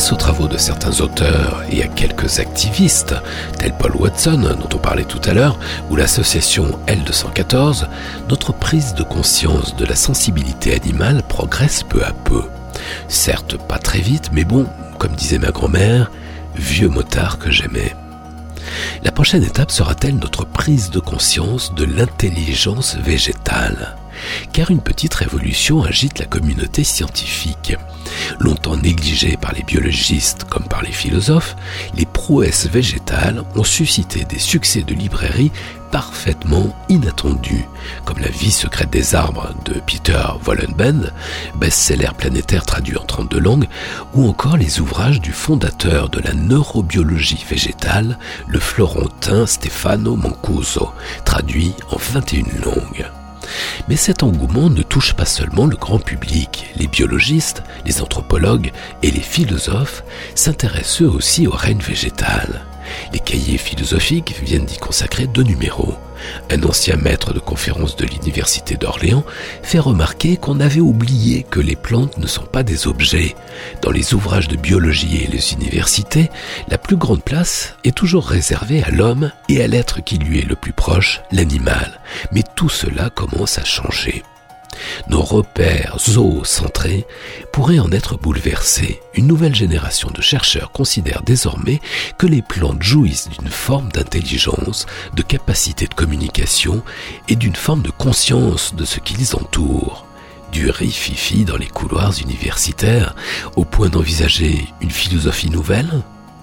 Grâce aux travaux de certains auteurs et à quelques activistes, tels Paul Watson, dont on parlait tout à l'heure, ou l'association L214, notre prise de conscience de la sensibilité animale progresse peu à peu. Certes, pas très vite, mais bon, comme disait ma grand-mère, vieux motard que j'aimais. La prochaine étape sera-t-elle notre prise de conscience de l'intelligence végétale ? Car une petite révolution agite la communauté scientifique. Longtemps négligées par les biologistes comme par les philosophes, les prouesses végétales ont suscité des succès de librairie parfaitement inattendus, comme La vie secrète des arbres de Peter Wohlenben, best-seller planétaire traduit en 32 langues, ou encore les ouvrages du fondateur de la neurobiologie végétale, le florentin Stefano Mancuso, traduit en 21 langues. Mais cet engouement ne touche pas seulement le grand public. Les biologistes, les anthropologues et les philosophes s'intéressent eux aussi au règne végétal. Les cahiers philosophiques viennent d'y consacrer 2 numéros. Un ancien maître de conférence de l'université d'Orléans fait remarquer qu'on avait oublié que les plantes ne sont pas des objets. Dans les ouvrages de biologie et les universités, la plus grande place est toujours réservée à l'homme et à l'être qui lui est le plus proche, l'animal. Mais tout cela commence à changer. Nos repères zoocentrés pourraient en être bouleversés. Une nouvelle génération de chercheurs considère désormais que les plantes jouissent d'une forme d'intelligence, de capacité de communication et d'une forme de conscience de ce qui les entoure. Du rififi dans les couloirs universitaires au point d'envisager une philosophie nouvelle ?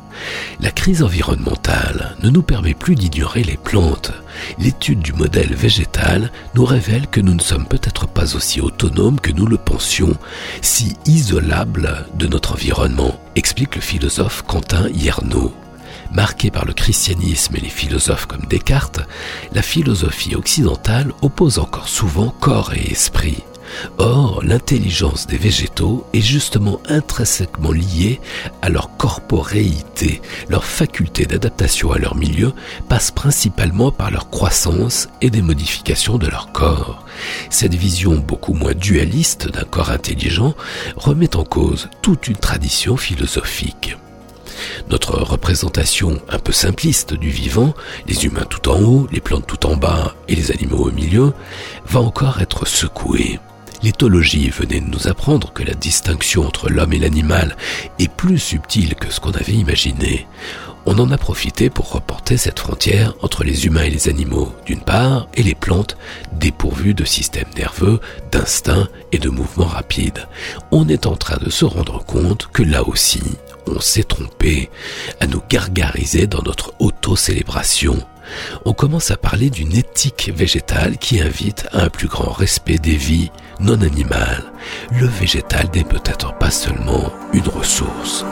La crise environnementale ne nous permet plus d'ignorer les plantes. L'étude du modèle végétal nous révèle que nous ne sommes peut-être pas aussi autonomes que nous le pensions, si isolables de notre environnement, explique le philosophe Quentin Hiernaut. Marquée par le christianisme et les philosophes comme Descartes, la philosophie occidentale oppose encore souvent corps et esprit. Or, l'intelligence des végétaux est justement intrinsèquement liée à leur corporéité. Leur faculté d'adaptation à leur milieu passe principalement par leur croissance et des modifications de leur corps. Cette vision beaucoup moins dualiste d'un corps intelligent remet en cause toute une tradition philosophique. Notre représentation un peu simpliste du vivant, les humains tout en haut, les plantes tout en bas et les animaux au milieu, va encore être secouée. L'éthologie venait de nous apprendre que la distinction entre l'homme et l'animal est plus subtile que ce qu'on avait imaginé. On en a profité pour reporter cette frontière entre les humains et les animaux, d'une part, et les plantes dépourvues de système nerveux, d'instinct et de mouvements rapides. On est en train de se rendre compte que là aussi, on s'est trompé, à nous gargariser dans notre auto-célébration. On commence à parler d'une éthique végétale qui invite à un plus grand respect des vies non animales. Le végétal n'est peut-être pas seulement une ressource.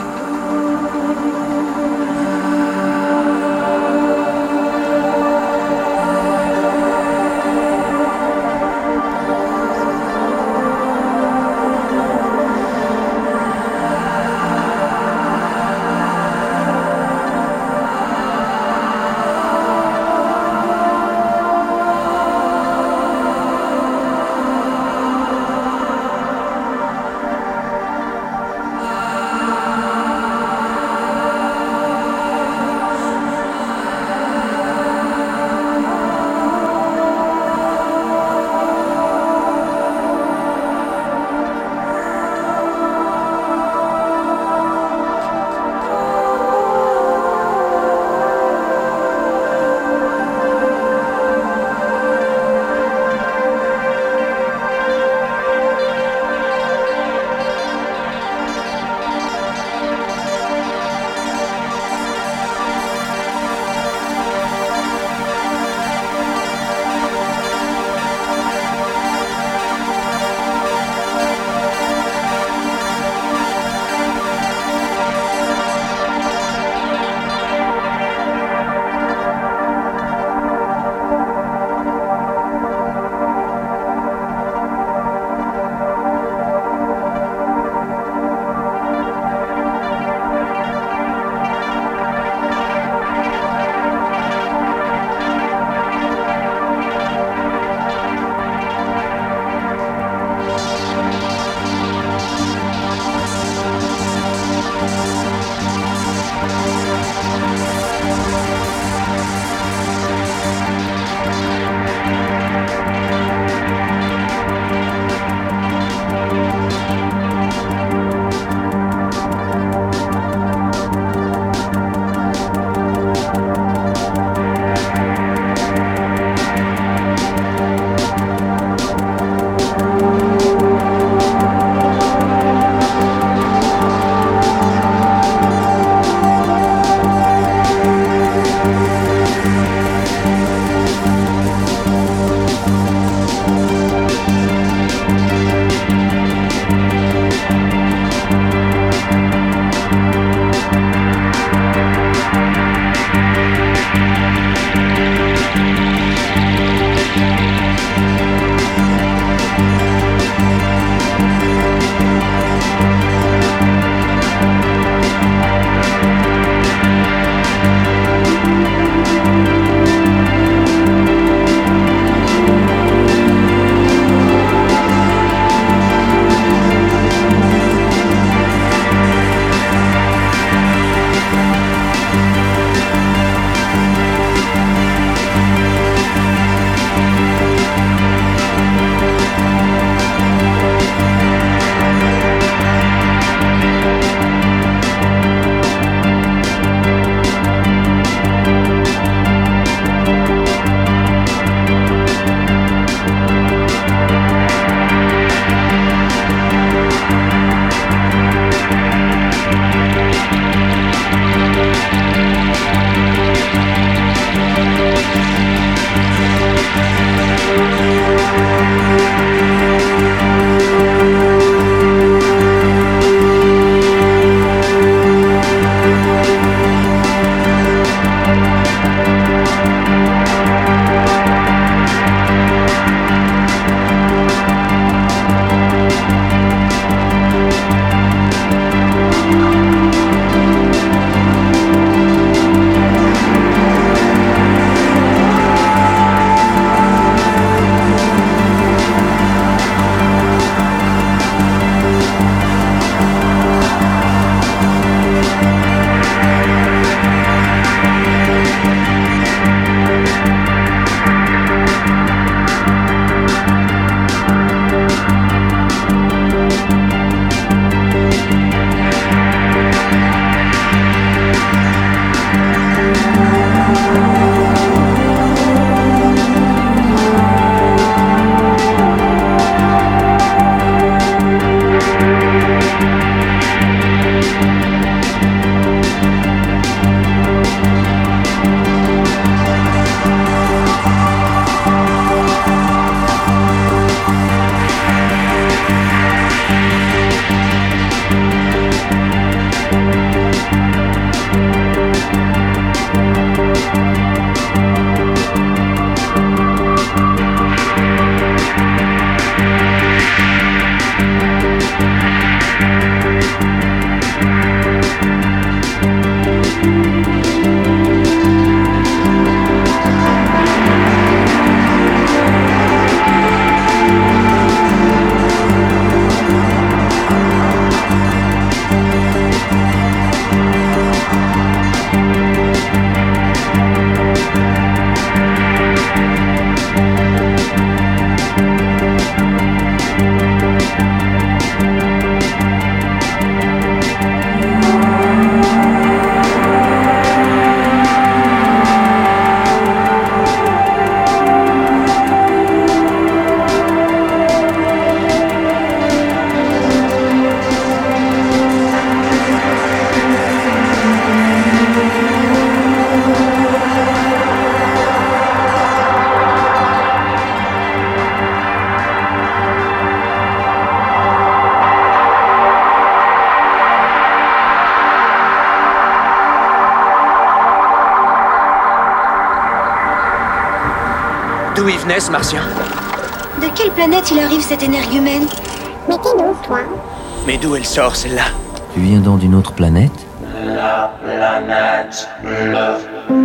D'où il venait, ce martien? De quelle planète il arrive, cet énergumène? Mais t'es d'où, toi? Mais d'où elle sort, celle-là? Tu viens donc d'une autre planète? La planète bleue.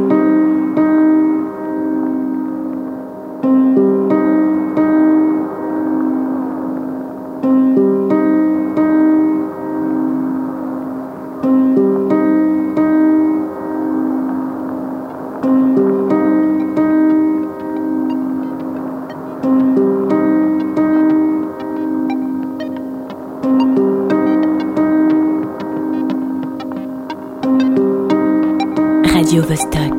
Radio Vostok.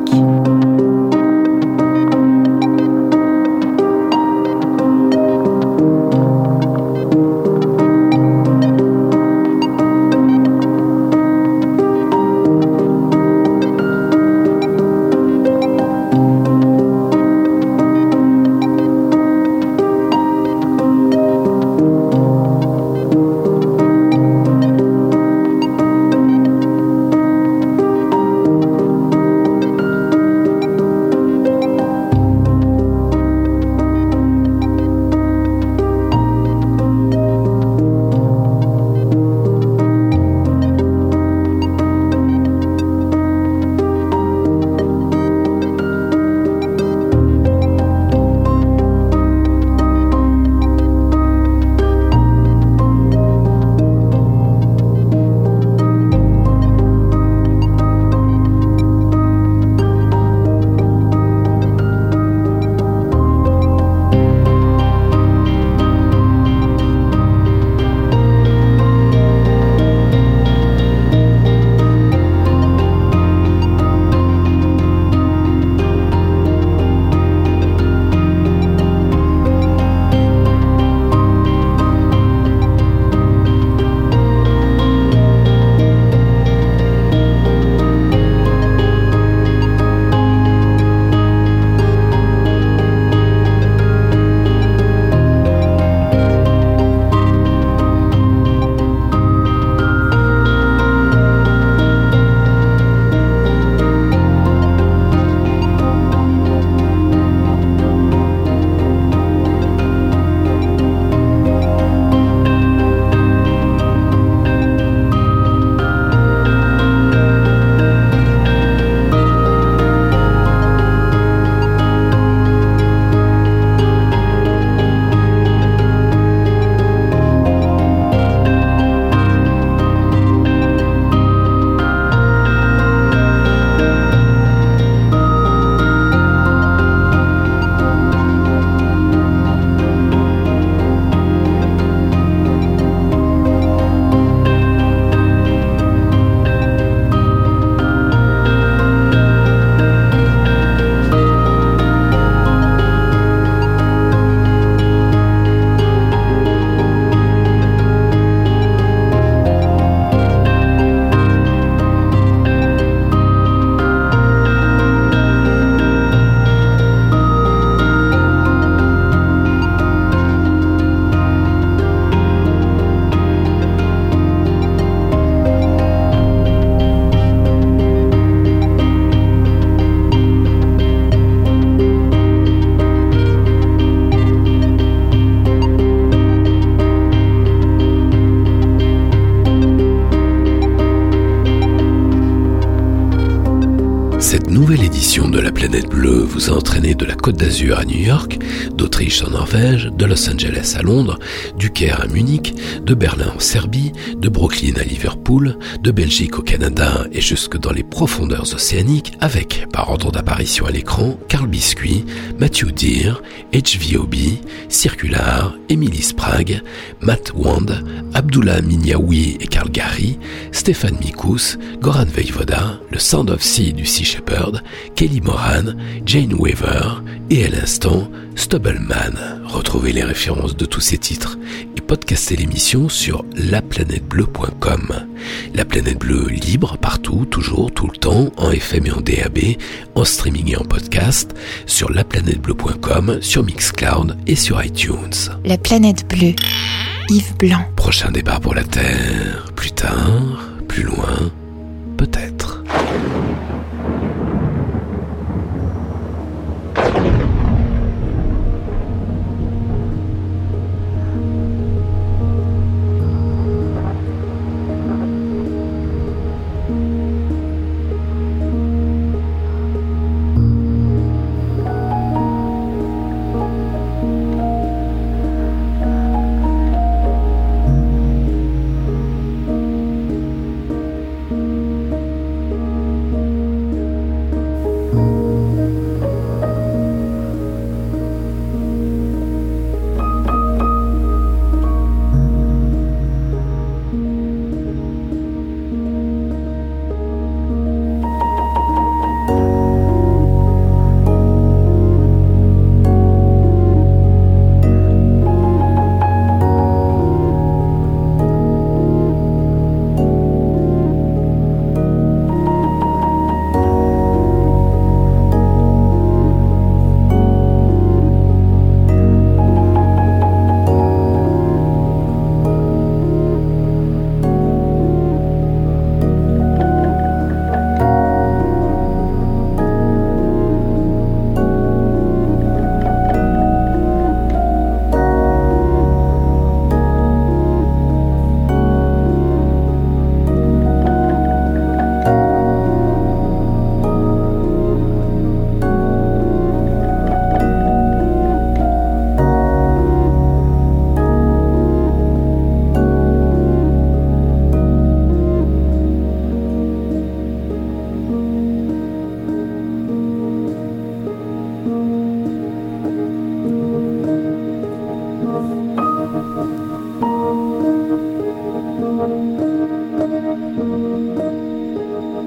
nouvelle édition de la Planète Bleue vous a entraîné de la Côte d'Azur à New York, d'Autriche en Norvège, de Los Angeles à Londres, du Caire à Munich, de Berlin en Serbie, de Brooklyn à Liverpool, de Belgique au Canada et jusque dans les profondeurs océaniques avec, par ordre d'apparition à l'écran, Carl Biscuit, Matthew Deere, HVOB, Circular, Emily Sprague, Matt Wand, Abdullah Minyaoui et Carl Gary, Stéphane Mikus, Goran Vejvoda, le Sound of Sea du Sea Shepherd, Kelly Moran, Jane Weaver et à l'instant Stubbleman. Retrouvez les références de tous ces titres et podcastez l'émission sur laplanetebleue.com. La Planète Bleue libre partout, toujours, tout le temps, en FM et en DAB, en streaming et en podcast, sur laplanetebleue.com, sur Mixcloud et sur iTunes. La Planète Bleue, Yves Blanc. Prochain départ pour la Terre, plus tard, plus loin, peut-être.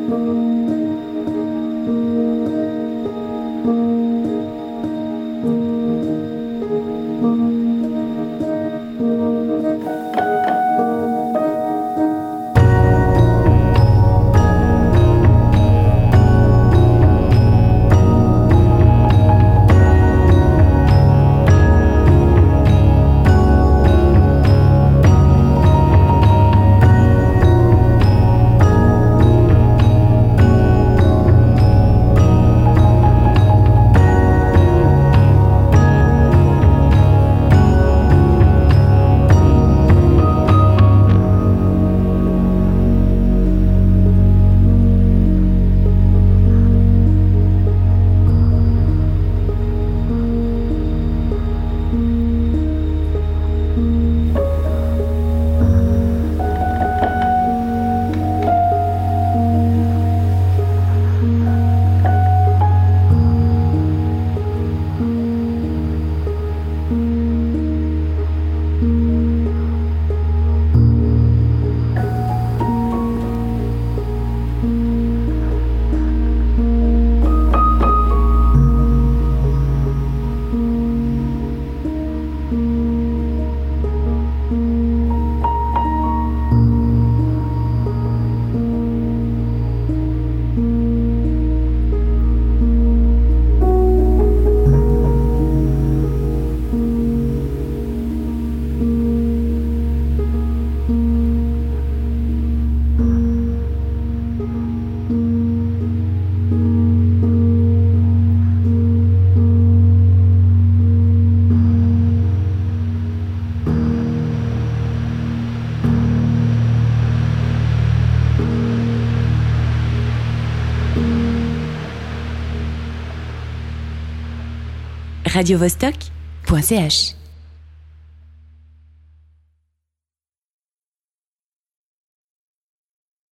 radiovostok.ch